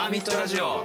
ーミットラジオ。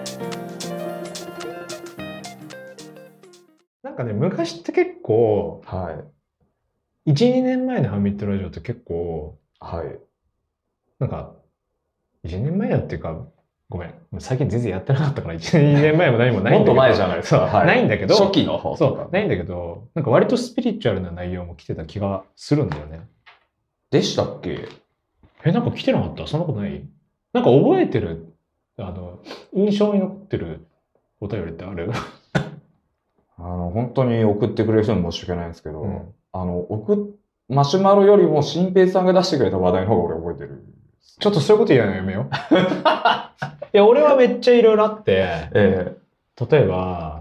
なんかね、昔って結構、 は 1、2年前のハーミットラジオって結構、 い。はい。 なんか、1年前やっていうか、ごめん。最近全然やってなかったから、1、2年前も何もないんだけど。 もっと前じゃないですか。 そうないんだけど、 初期の方とか。 そう、ないんだけど、なんか割とスピリチュアルな内容も来てた気がするんだよね。 でしたっけ？ なんか来てなかった？そんなことない？なんか覚えてる、印象に残ってるお便りってある？ 本当に送ってくれる人に申し訳ないんですけど、 うん、 マシュマロよりも新平さんが出してくれた話題の方が俺覚えてる。 ちょっとそういうこと言うのやめよう。いや、俺はめっちゃいろいろあって、例えば、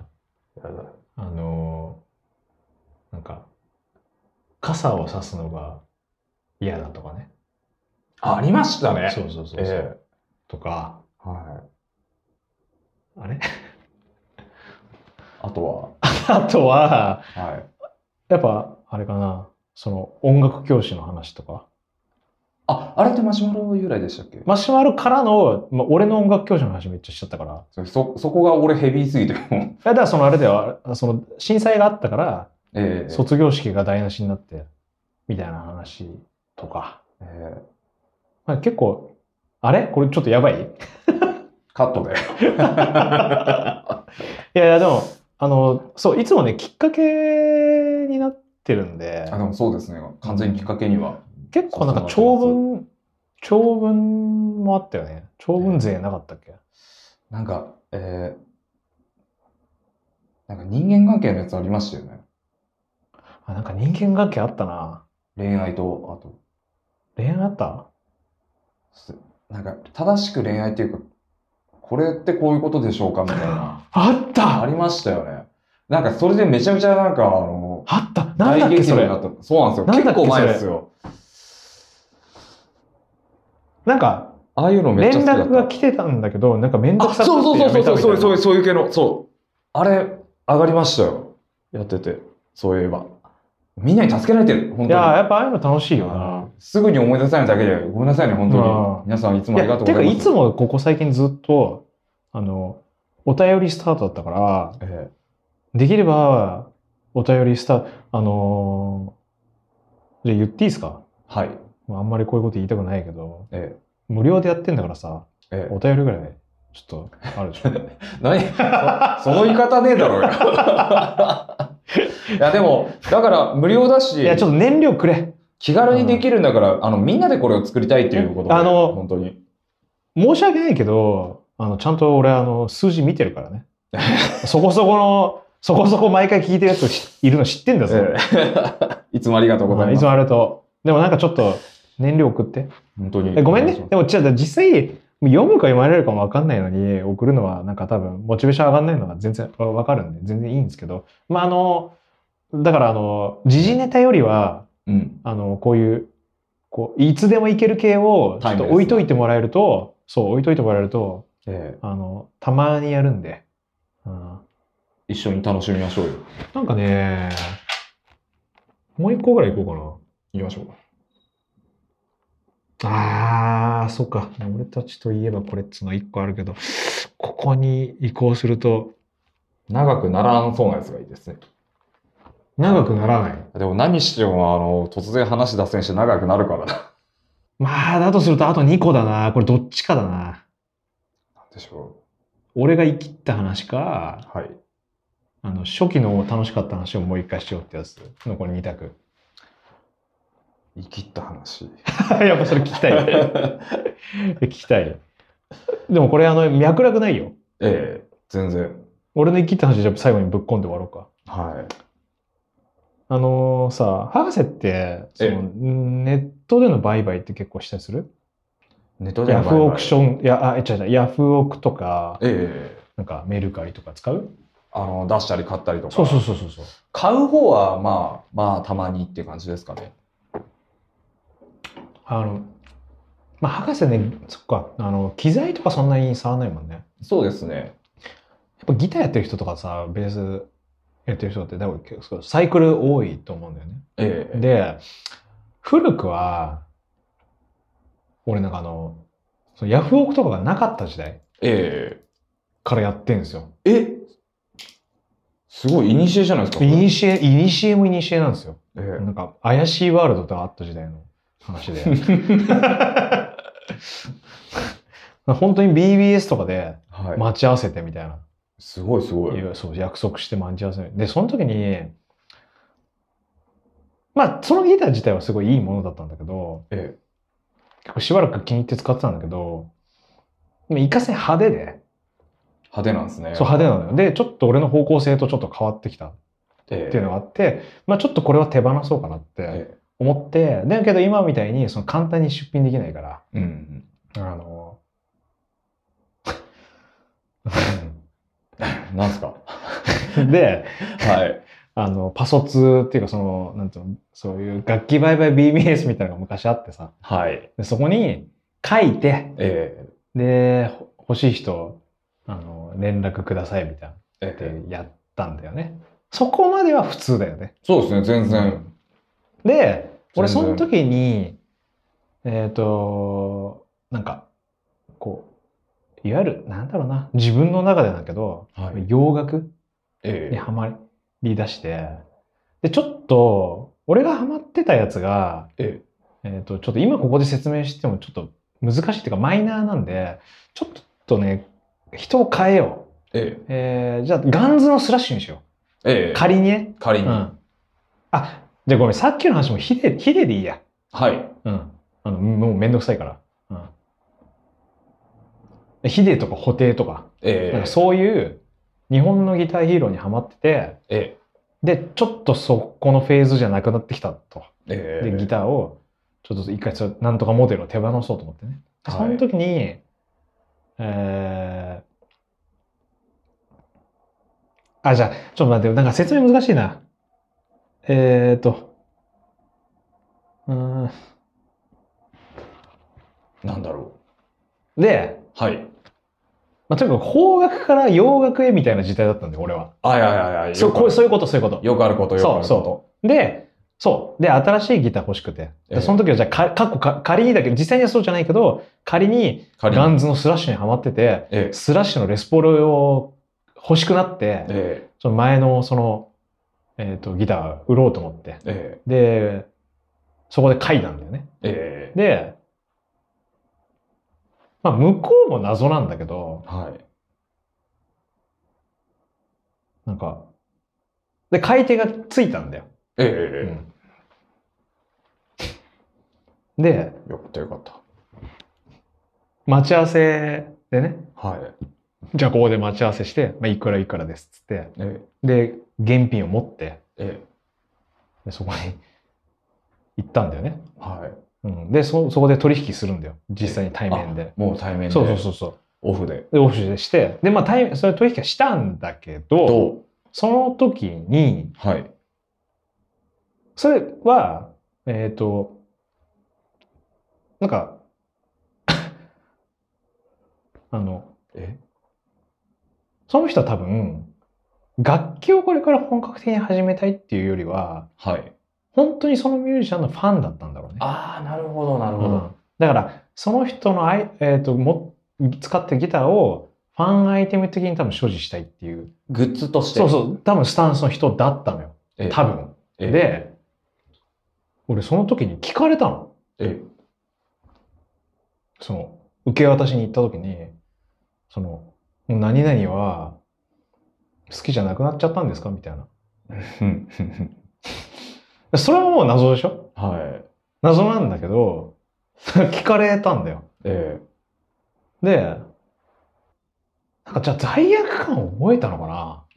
なんか、傘を差すのが嫌だとかね。 ありましたね。 そうそうそうそう。とか、 はい。 あれあとは、 あとは、 はい。 やっぱ、あれかな、その音楽教師の話とか。 あれってマシュマロ由来でしたっけ？ マシュマロからの、俺の音楽教師の話めっちゃしちゃったから。 そこが俺ヘビーすぎても。 だからあれでは、震災があったから、卒業式が台無しになって、みたいな話とか。まあ、結構、あれこれちょっとやばい？ カットで。 いや、でも、そう、いつもね、きっかけになってるんで。 でもそうですね。完全にきっかけには。 結構なんか長文もあったよね。長文勢なかったっけ？ なんか人間関係のやつありましたよね。 なんか人間関係あったな。 恋愛と、あと。 恋愛あった？ なんか、正しく恋愛っていうか、これってこういうことでしょうかみたいな。 あったありましたよね。なんか、それでめちゃめちゃなんか、 あったなんだっけそれ。 そうなんですよ。結構前ですよ。 なんか、 ああいうのめっちゃ好きだった。 連絡が来てたんだけど、なんかめんどくさくてそうやめたみたいな。 そういう系の、そう。あれ、上がりましたよ。やってて。そういえば。みんなに助けられてる。本当に。 いや、やっぱああいうの楽しいよな。 すぐに思い出さないだけで、ごめんなさいね、本当に。皆さんいつもありがとうございます。 てか、いつもここ最近ずっと、お便りスタートだったから、できれば、お便りスタート、じゃあ言っていいですか？ はい。 あんまりこういうこと言いたくないけど、無料でやってんだからさ、お便りぐらい、ちょっと、あるでしょ。 何その言い方ねえだろうよ。いや、でも、だから無料だし、 いや、ちょっと燃料くれ。 気軽にできるんだから、みんなでこれを作りたいっていうことで、本当に。 申し訳ないけど、ちゃんと俺、数字見てるからね。そこそこ毎回聞いてるやついるの知ってんだぞ。 いつもありがとうございます。 いつもありがとう。でもなんかちょっと、燃料送って。 本当に。 ごめんね。でも、実際、読むか読まれるかもわかんないのに、送るのはなんか多分、モチベーション上がんないのが全然わかるんで、全然いいんですけど。まあ、だから時事ネタよりは、こういう、いつでもいける系を、ちょっと置いといてもらえると、置いといてもらえると、たまにやるんで。 一緒に楽しみましょうよ。 なんかね、もう一個ぐらい行こうかな。 行きましょうか。 そっか。俺たちといえばこれっつうの一個あるけど、ここに移行すると。 長くならんそうなやつがいいですね。 長くならない。 でも何しても突然話脱線して長くなるからな。 まあ、だとするとあと2個だな。これどっちかだな。 なんでしょう。俺が生きった話か、 はい。 初期の楽しかった話をもう一回しようってやつ。残り2択。 生きった話。 やっぱそれ聞きたい。聞きたい。でもこれ脈絡ないよ。 全然。 俺の生きった話じゃ最後にぶっ込んで終わろうか。 はい。 博士って、ネットでの売買って結構したりする？ ネットでの売買。 ヤフオクション、ヤフオクとか、なんかメルカリとか使う？ 出したり買ったりとか。 そう。 買う方は、まあ、たまにっていう感じですかね。 博士ね、そっか、機材とかそんなに触らないもんね。 そうですね。 やっぱギターやってる人とかさ、ベースやってる人って多分サイクル多いと思うんだよね。で、古くは、俺なんかヤフオクとかがなかった時代。 えからやってんですよ。 すごい、古じゃないですか。 イニシエもイニシエなんですよ。 えなんか、怪しいワールドとかあった時代の話で。本当に BBS とかではい。 待ち合わせてみたいな。 すごいすごい。 そう、約束して待ち合わせる。で、その時に、まあ、そのギター自体はすごいいいものだったんだけど、結構しばらく気に入って使ってたんだけど、いかせん派手で、 派手なんですね。 そう派手なのよ。で、ちょっと俺の方向性とちょっと変わってきたっていうのがあって、まあちょっとこれは手放そうかなって思って、だけど今みたいにその簡単に出品できないから、 なんすかで、 はい。 パソツっていうかなんていうの、そういう楽器売買 BBS みたいなのが昔あってさ、 はい。 でそこに書いて、で、欲しい人、連絡くださいみたいなってやったんだよね。そこまでは普通だよね。 そうですね、全然。 で、俺その時に、なんか、こう、いわゆる、なんだろうな、自分の中でだけど、洋楽にハマり出して、で、ちょっと、俺がハマってたやつが、ちょっと今ここで説明してもちょっと難しいっていうかマイナーなんで、ちょっとね、人を変えよう。じゃあ、ガンズのスラッシュにしよう。仮にね。 仮に。 あ、じゃあごめん、さっきの話もヒデでいいや。 はい。 もうめんどくさいから。ヒデとか布袋とか、なんかそういう日本のギターヒーローにハマってて、で、ちょっとそこのフェーズじゃなくなってきたと。で、ギターを、ちょっと一回なんとかモデルを手放そうと思ってね。その時に、じゃあ、ちょっと待って、なんか説明難しいな。 なんだろう。で、 はい。 まあ、とにかく邦楽から洋楽へみたいな時代だったんだよ、俺は。そういうこと。 よくあること。 そう。で、新しいギター欲しくて。その時はじゃあ、仮にだけど、実際にはそうじゃないけど、仮にガンズのスラッシュにハマってて、スラッシュのレスポールを欲しくなって、その前のギター売ろうと思って。で、そこで書いたんだよね。で、まあ、向こうも謎なんだけど、なんか、で、買い手がついたんだよ。で、 よかった。 待ち合わせでね。じゃあここで待ち合わせして、まあ、いくらですっつって。で、現品を持って、でそこに行ったんだよね。で、そこで取引するんだよ。実際に対面で。 もう対面で。 そう。 オフで。 オフでして。で、まあ、それ取引はしたんだけど、その時に、それは、なんか、その人は多分、楽器をこれから本格的に始めたいっていうよりは、本当にそのミュージシャンのファンだったんだろうね。 なるほど。 だから、その人の使ってるギターをファンアイテム的に多分所持したいっていう。 グッズとして。 そう、多分スタンスの人だったのよ。多分。で、俺その時に聞かれたの。受け渡しに行った時に、もう何々は好きじゃなくなっちゃったんですかみたいな。それはもう謎でしょ？謎なんだけど、聞かれたんだよ。で、なんかじゃあ罪悪感を覚えたのか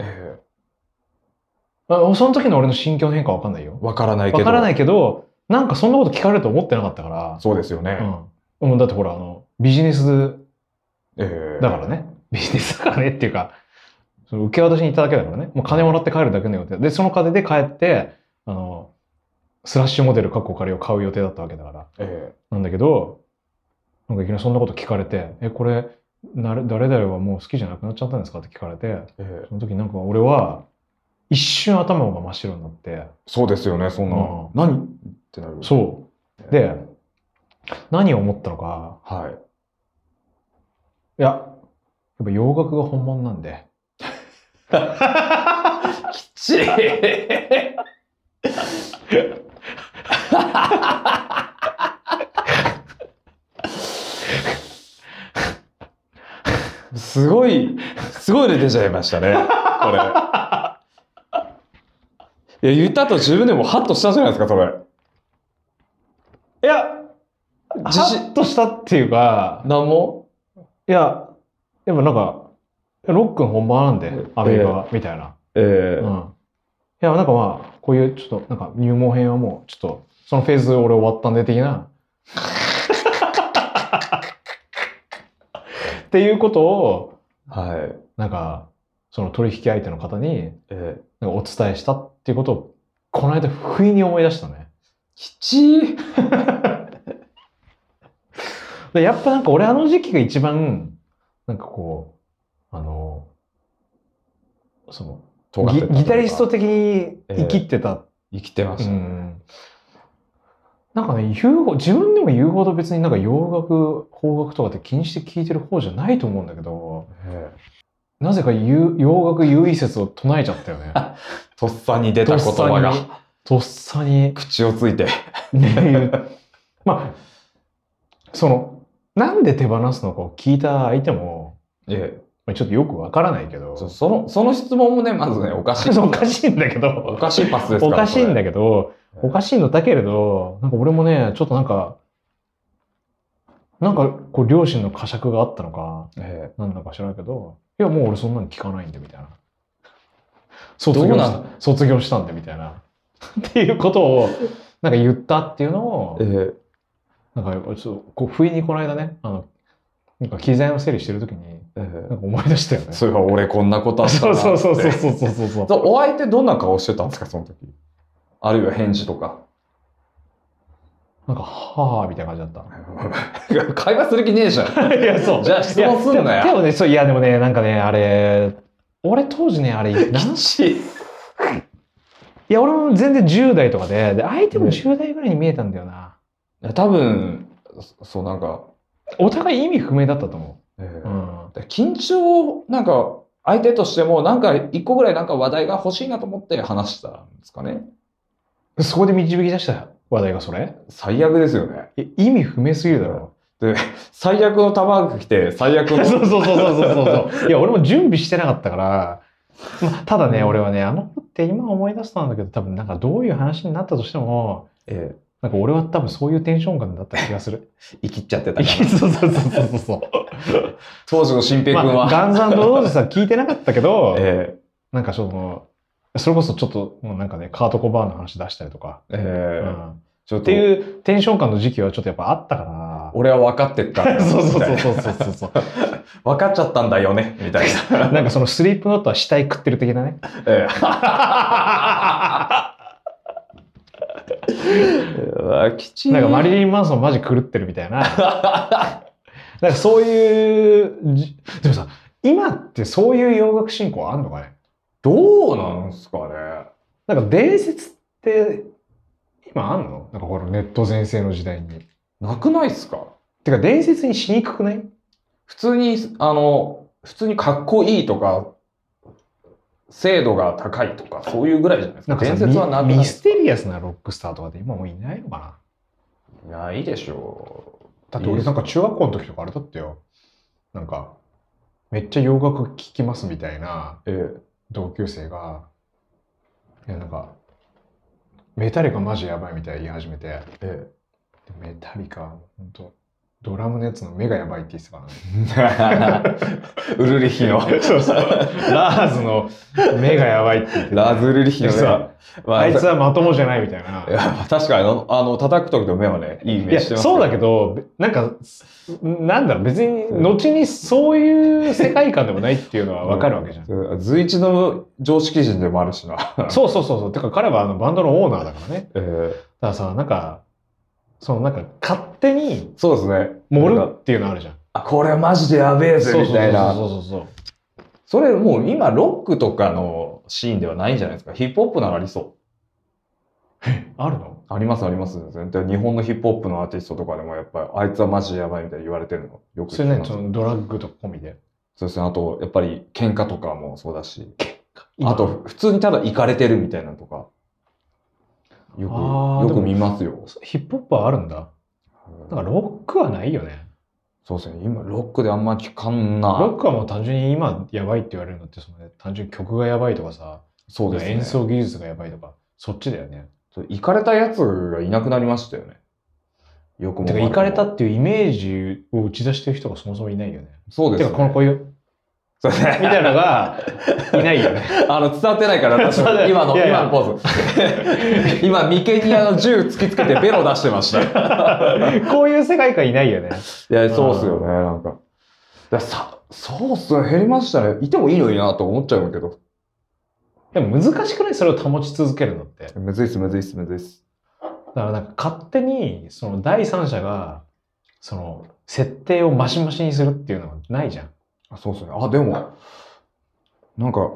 な？その時の俺の心境の変化はわかんないよ。 わからないけど、なんかそんなこと聞かれると思ってなかったから。 そうですよね。 だってほら、ビジネスだからね。ビジネスだからねっていうか、受け渡しに行っただけだからね。もう金もらって帰るだけの予定。で、その金で帰って、スラッシュモデルカッコ仮を買う予定だったわけだから。なんだけど、なんかいきなりそんなこと聞かれて、これ、誰々はもう好きじゃなくなっちゃったんですかって聞かれて、その時なんか俺は、一瞬頭が真っ白になって。 そうですよね、そんな。何ってなる。 そう。で、何を思ったのか。いや、 っぱ洋楽が本物なんで。 きちい。すごいの出ちゃいましたね、これ。いや、言った後自分でもハッとしたじゃないですか、それ。 いや、ハッとしたっていうか、 なんもいや、でもなんか、ロックン本場なんで、アメリカは、みたいな。うん。いや、なんかまあ、こういうちょっと、なんか入門編はもう、ちょっと、そのフェーズ俺終わったんで、的な。っていうことを、 はい。 なんか、その取引相手の方に、なんかお伝えしたっていうことを、この間、不意に思い出したね。 きちい。 でやっぱなんか俺あの時期が一番、なんかこう、その、ギタリスト的に生きてた。 生きてましたね。 なんかね、自分でも言うほど別になんか洋楽、邦楽とかって気にして聴いてる方じゃないと思うんだけど、なぜか洋楽優位説を唱えちゃったよね。 とっさに出た言葉が。 とっさに。 口をついて。 まあ、なんで手放すのかを聞いた相手も、ちょっとよくわからないけど。 その質問もね、まずね、おかしい。 おかしいんだけど。 おかしいパスですから。 おかしいんだけど、おかしいのだけれど、なんか俺もね、ちょっとなんかこう両親の呵責があったのか、なんだか知らないけど、いやもう俺そんなの聞かないんでみたいな。卒業したんでみたいな。っていうことをなんか言ったっていうのを、なんかちょっとこう不意にこの間ね、なんか機材の整理してるときに、なんか思い出したよね。 それは俺こんなことあったなって。 そう。 お相手どんな顔してたんですか、その時。あるいは返事とか。 なんか、はぁみたいな感じだった。会話する気ねえじゃん。 いや、そう。 じゃあ質問すんなよ。 でもね、いやでもね、なんかね、あれ、俺当時ね、あれ、いや、俺も全然10代とかで、相手も10代ぐらいに見えたんだよな。 多分、そうなんか。 お互い意味不明だったと思う。 緊張、なんか、相手としても、なんか一個ぐらいなんか話題が欲しいなと思って話したんですかね。 そこで導き出した話題がそれ？ 最悪ですよね。 意味不明すぎるだろ。 で、最悪の玉が来て、最悪の。 そう。いや、俺も準備してなかったから、ただね、俺はね、って今思い出したんだけど、多分なんかどういう話になったとしても、なんか俺は多分そういうテンション感だった気がする。 生きっちゃってたから。 そう。 当時の新平君は。 ガンズ&ローズさ聞いてなかったけど、なんかそれこそちょっともうなんかね、カート・コバーンの話出したりとか。っていうテンション感の時期はちょっとやっぱあったから。 俺は分かってっから。 そう。 分かっちゃったんだよね、みたいな。 なんかそのスリープノートは死体食ってる的なね。なんかマリリン・マンソンマジ狂ってるみたいな。なんかそういう、でもさ、今ってそういう洋楽進行あんのかね？ どうなんすかね。 なんか伝説って今あんの？なんかこのネット全盛の時代に。 なくないっすか？ てか伝説にしにくくない？ 普通にかっこいいとか、精度が高いとか、そういうぐらいじゃないですか。伝説はなくない？ ミステリアスなロックスターとかって今もういないのかな？いないでしょう。 だって俺なんか中学校の時とかあれだったよ。なんか、めっちゃ洋楽聴きますみたいな同級生が、いやなんか、メタリカマジやばいみたいに言い始めて、メタリカ、ほんと、ドラムのやつの目がやばいって言ってたからね。 ウルリヒの。 そう。ラーズの目がやばいって言ってラーズウルリヒの目は。 あいつはまともじゃないみたいな。 いや、確かに、叩く時の目はね、いい目してます。 そうだけど、なんか、なんだろう、別に、後にそういう世界観でもないっていうのはわかるわけじゃん。 随一の常識人でもあるしな。 そう。てか彼はバンドのオーナーだからね。だからさ、なんか勝手に、 そうですね。 盛るっていうのあるじゃん。 これはマジでやべえぜ、みたいな。 そう。 それもう今、ロックとかのシーンではないんじゃないですか。ヒップホップならありそう。 あるの？ あります。全然日本のヒップホップのアーティストとかでもやっぱり、あいつはマジでやばいみたいに言われてるの。よく聞きます。 それね、ドラッグとか込みで。 そうですね。あと、やっぱり喧嘩とかもそうだし、 今あと、普通にただイカれてるみたいなのとか、よく見ますよ。 ヒップホップはあるんだ。だからロックはないよね。 そうですね。今、ロックであんま聞かんな。 ロックはもう単純に今やばいって言われるのって、単純に曲がやばいとかさ、 そうですね。 演奏技術がやばいとか、そっちだよね。 イカれたやつがいなくなりましたよね。よくも。 てか、イカれたっていうイメージを打ち出してる人がそもそもいないよね。 そうですね。 てか、こういう、 そうですね。 みたいなのがいないよね。 伝わってないから、私今のポーズ。今、眉間に銃突きつけてベロ出してました。 こういう世界観いないよね。 いや、そうっすよね、なんか。そうっすね、減りましたね。いてもいいのになと思っちゃうんだけど。 でも難しくない？それを保ち続けるのって。 むずいっす。 だからなんか勝手に、その第三者が、その、設定をマシマシにするっていうのはないじゃん。 そうっすね。でも、なんか、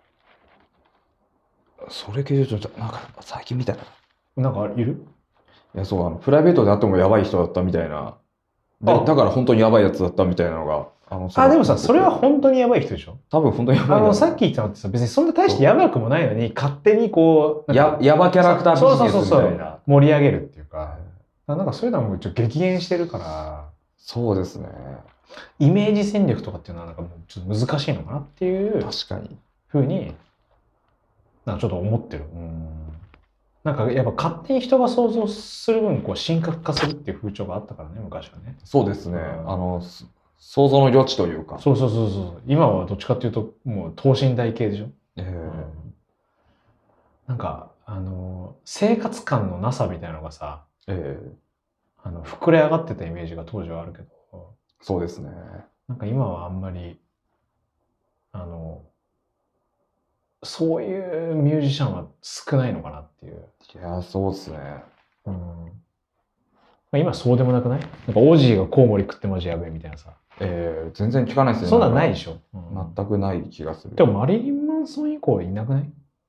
それ系でちょっと、なんか、最近みたいな。 なんかいる？ いや、そう、プライベートであってもやばい人だったみたいな。だから本当にやばいやつだったみたいなのが。 でもさ、それは本当にやばい人でしょ？ 多分本当にやばい。 さっき言ったのってさ、別にそんな大してやばくもないのに、勝手にこう、 やばキャラクタービジネスみたいな。 盛り上げるっていうか、なんかそういうのはもうちょっと激減してるから、 そうですね。 イメージ戦略とかっていうのはなんかもうちょっと難しいのかなっていう、 確かに。 ふうに、なんかちょっと思ってる。なんかやっぱ勝手に人が想像する分、こう神格化するっていう風潮があったからね、昔はね。 そうですね。想像の余地というか。 そう。今はどっちかっていうと、もう等身大系でしょ。なんか、生活感のなさみたいなのがさ、膨れ上がってたイメージが当時はあるけど。 そうですね。 なんか今はあんまり、そういうミュージシャンは少ないのかなっていう。 いや、そうですね。 今そうでもなくない？なんかオジーがコウモリ食ってマジやべえみたいなさ。 全然聞かないですね。 そんなんないでしょ。 全くない気がする。 でもマリリン・マンソン以降いなくない？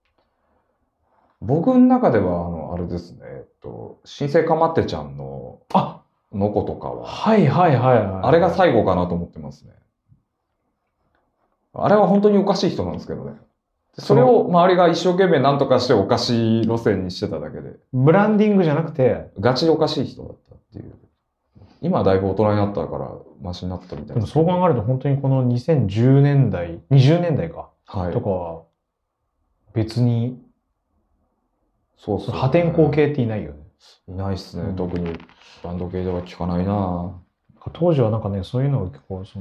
僕の中では、あれですね、新生かまってちゃんの、のことかは。はい。あれが最後かなと思ってますね。あれは本当におかしい人なんですけどね。それを周りが一生懸命何とかしておかしい路線にしてただけで。 ブランディングじゃなくて。 ガチでおかしい人だったっていう。今はだいぶ大人になったからマシになったみたいな。 でもそう考えると本当にこの2010年代、20年代か。とかは、別に、 そうそう。 破天荒系っていないよね。 いないっすね。特にバンド系では聞かないな。 当時はなんかね、そういうのが結構、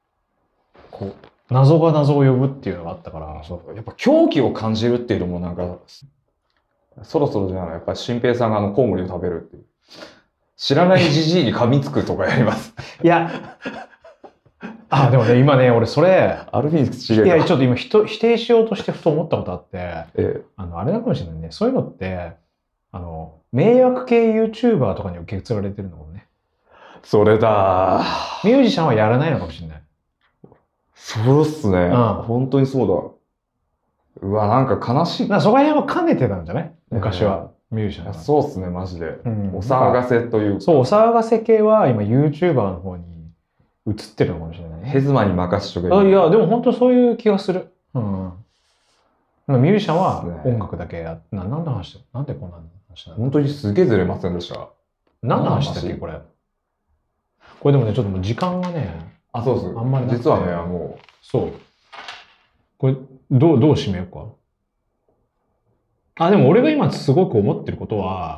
謎が謎を呼ぶっていうのがあったから。 やっぱ狂気を感じるっていうのもなんか、そろそろじゃない、やっぱり新平さんがコウモリを食べるっていう。知らないじじいに噛みつくとかやります。 いや、でもね、今ね、俺それ、 ある意味違う。 いや、ちょっと今否定しようとしてふと思ったことあって、あれなのかもしれないね。そういうのって、迷惑系 YouTuber とかに受け継がれてるのもね。 それだ。 ミュージシャンはやらないのかもしれない。 そうっすね。本当にそうだ。うわ、なんか悲しい。 そこら辺は兼ねてたんじゃない昔は。ミュージシャンは。 そうっすね、マジで。お騒がせというか。 そう、お騒がせ系は今 YouTuber の方に移ってるのかもしれないね。 ヘズマに任しとけばいい。いや、でも本当そういう気がする。ミュージシャンは音楽だけ何の話だ？なんでこんな話なの？ 本当にすげえずれませんでした。 何の話だっけ、これ。これでもね、ちょっともう時間がね。 そうです。 あんまり実はね、もう。 そう。これ、どう締めようか。でも俺が今すごく思ってることは、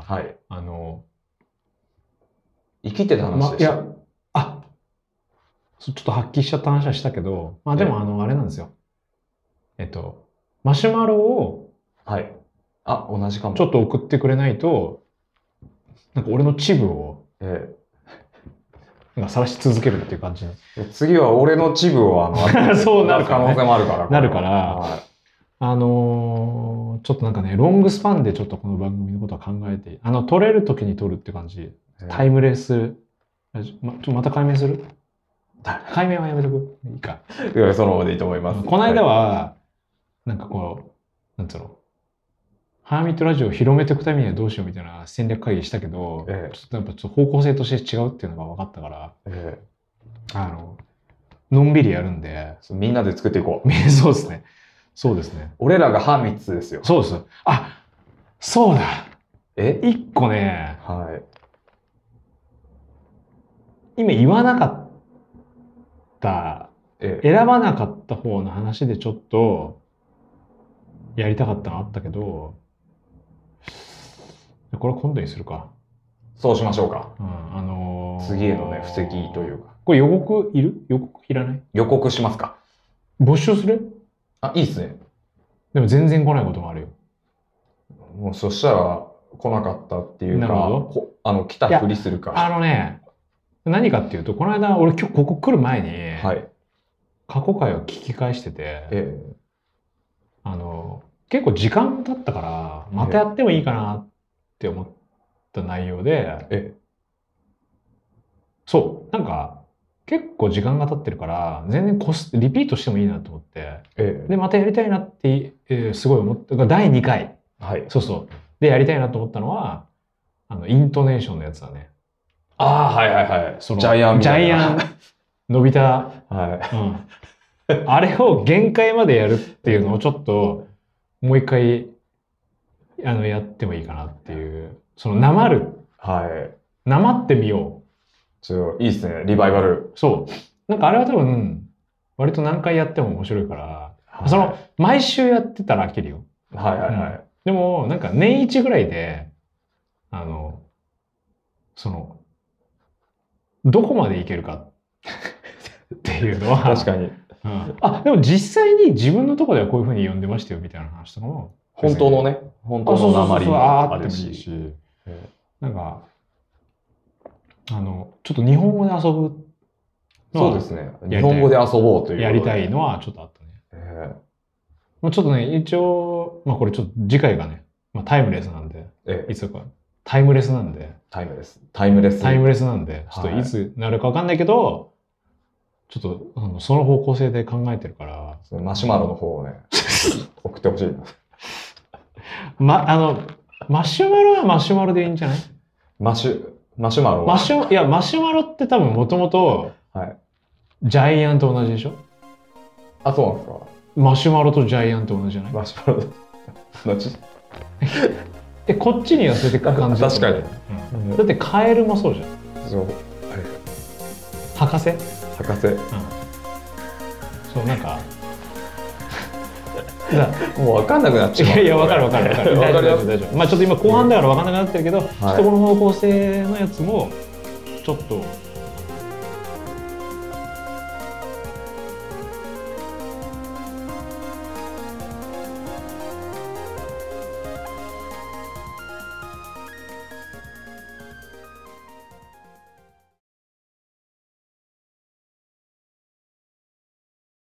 生きてた話でした。 ちょっと発揮しちゃった話はしたけど、でもあれなんですよ。マシュマロを、 同じかも。 ちょっと送ってくれないと、なんか俺のチブを、なんか晒し続けるっていう感じ。 次は俺のチブをそうなる可能性もあるから。 なるから、ちょっとなんかね、ロングスパンでちょっとこの番組のことは考えて、撮れる時に撮るって感じ。タイムレス、また解明する？解明はやめとく？いいか。 いや、そのままでいいと思います。 この間は、なんかなんつうの、ハーミットラジオを広めていくためにはどうしようみたいな戦略会議したけど、ちょっとやっぱ方向性として違うっていうのが分かったから、 のんびりやるんで。 みんなで作っていこう。 そうですね。そうですね。 俺らが歯3つですよ。 そうです。あ、そうだ。一個ね。 はい。 今言わなかった、選ばなかった方の話でちょっとやりたかったのあったけど、これ今度にするか。 そうしましょうか。次へのね、布石というか。 これ予告いる？予告いらない？ 予告しますか。 募集する？ あ、いいっすね。 でも全然来ないこともあるよ。 もうそしたら来なかったっていうか、来たふりするか。 何かっていうと、この間俺今日ここ来る前に、 はい、 過去回を聞き返してて、結構時間経ったから、またやってもいいかなって思った内容で、そう、なんか、結構時間が経ってるから、全然リピートしてもいいなと思って、で、またやりたいなって、すごい思って、第2回。 はい。 そうそう。で、やりたいなと思ったのは、イントネーションのやつだね。 ああ、はいはいはい。 ジャイアン、のび太。 はい。 あれを限界までやるっていうのをちょっと、もう一回、やってもいいかなっていう。なまる。 はい。 なまってみよう。いいっすね。リバイバル。 そう。なんかあれは多分、割と何回やっても面白いから、毎週やってたら飽きるよ。 はいはいはい。 でも、なんか年一ぐらいで、どこまでいけるかっていうのは。 確かに。 でも実際に自分のとこではこういうふうに呼んでましたよみたいな話とかも。 本当のね、本当の訛りもあるし。 なんか、ちょっと日本語で遊ぶ。 そうですね。日本語で遊ぼうという。 やりたいのはちょっとあったね。ちょっとね、一応、これちょっと次回がね、タイムレスなんで、いつか、タイムレスなんで。 タイムレスなんで、ちょっといつなるかわかんないけど、ちょっと、その方向性で考えてるから。 マシュマロの方をね、送ってほしいな。 マシュマロはマシュマロでいいんじゃない？ マシュマロは。 マシュマロって多分もともと、ジャイアンと同じでしょ？ あ、そうなんですか。 マシュマロとジャイアンと同じじゃない？ マシュマロと同じ。 こっちに寄せていく感じ。 確かに。 だってカエルもそうじゃん。 そう。 博士。そう、なんか。 もう分かんなくなっちゃう。 いや、分かる。大丈夫。ちょっと今後半だから分かんなくなってるけど、ちょっとこの方向性のやつも、ちょっと。